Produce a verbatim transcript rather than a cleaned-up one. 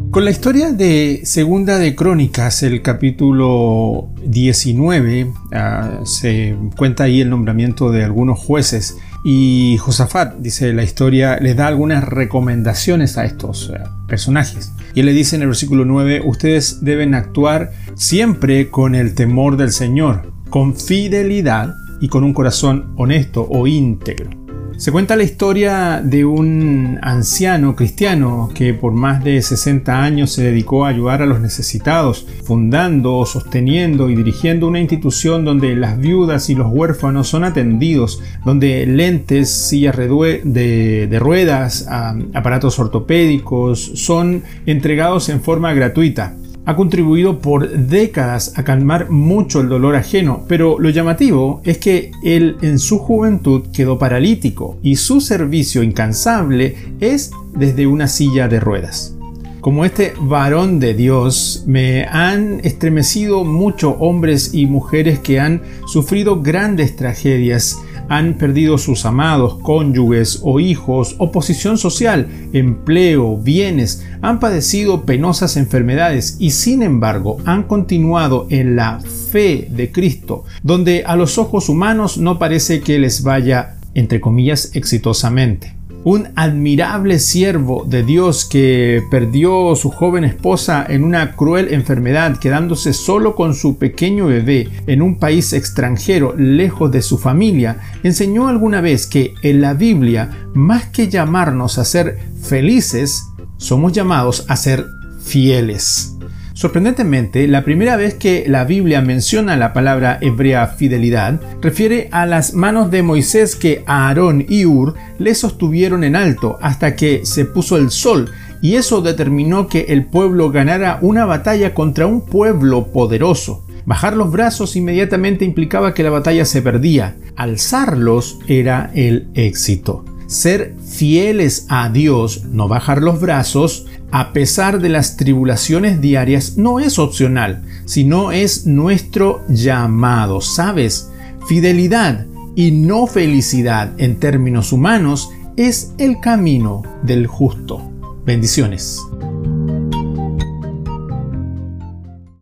Con la historia de Segunda de Crónicas, el capítulo diecinueve, uh, se cuenta ahí el nombramiento de algunos jueces y Josafat, dice la historia, les da algunas recomendaciones a estos uh, personajes. Y él le dice en el versículo nueve, ustedes deben actuar siempre con el temor del Señor, con fidelidad y con un corazón honesto o íntegro. Se cuenta la historia de un anciano cristiano que por más de sesenta años se dedicó a ayudar a los necesitados, fundando, sosteniendo y dirigiendo una institución donde las viudas y los huérfanos son atendidos, donde lentes, sillas de, de ruedas, aparatos ortopédicos son entregados en forma gratuita. Ha contribuido por décadas a calmar mucho el dolor ajeno, pero lo llamativo es que él en su juventud quedó paralítico y su servicio incansable es desde una silla de ruedas. Como este varón de Dios, me han estremecido mucho hombres y mujeres que han sufrido grandes tragedias, han perdido sus amados, cónyuges o hijos, o posición social, empleo, bienes, han padecido penosas enfermedades y sin embargo han continuado en la fe de Cristo, donde a los ojos humanos no parece que les vaya, entre comillas, exitosamente. Un admirable siervo de Dios que perdió su joven esposa en una cruel enfermedad, quedándose solo con su pequeño bebé en un país extranjero, lejos de su familia, enseñó alguna vez que en la Biblia, más que llamarnos a ser felices, somos llamados a ser fieles. Sorprendentemente, la primera vez que la Biblia menciona la palabra hebrea fidelidad, refiere a las manos de Moisés que Aarón y Hur le sostuvieron en alto hasta que se puso el sol, y eso determinó que el pueblo ganara una batalla contra un pueblo poderoso. Bajar los brazos inmediatamente implicaba que la batalla se perdía. Alzarlos era el éxito. Ser fieles a Dios, no bajar los brazos, a pesar de las tribulaciones diarias, no es opcional, sino es nuestro llamado. ¿Sabes? Fidelidad y no felicidad en términos humanos es el camino del justo. Bendiciones.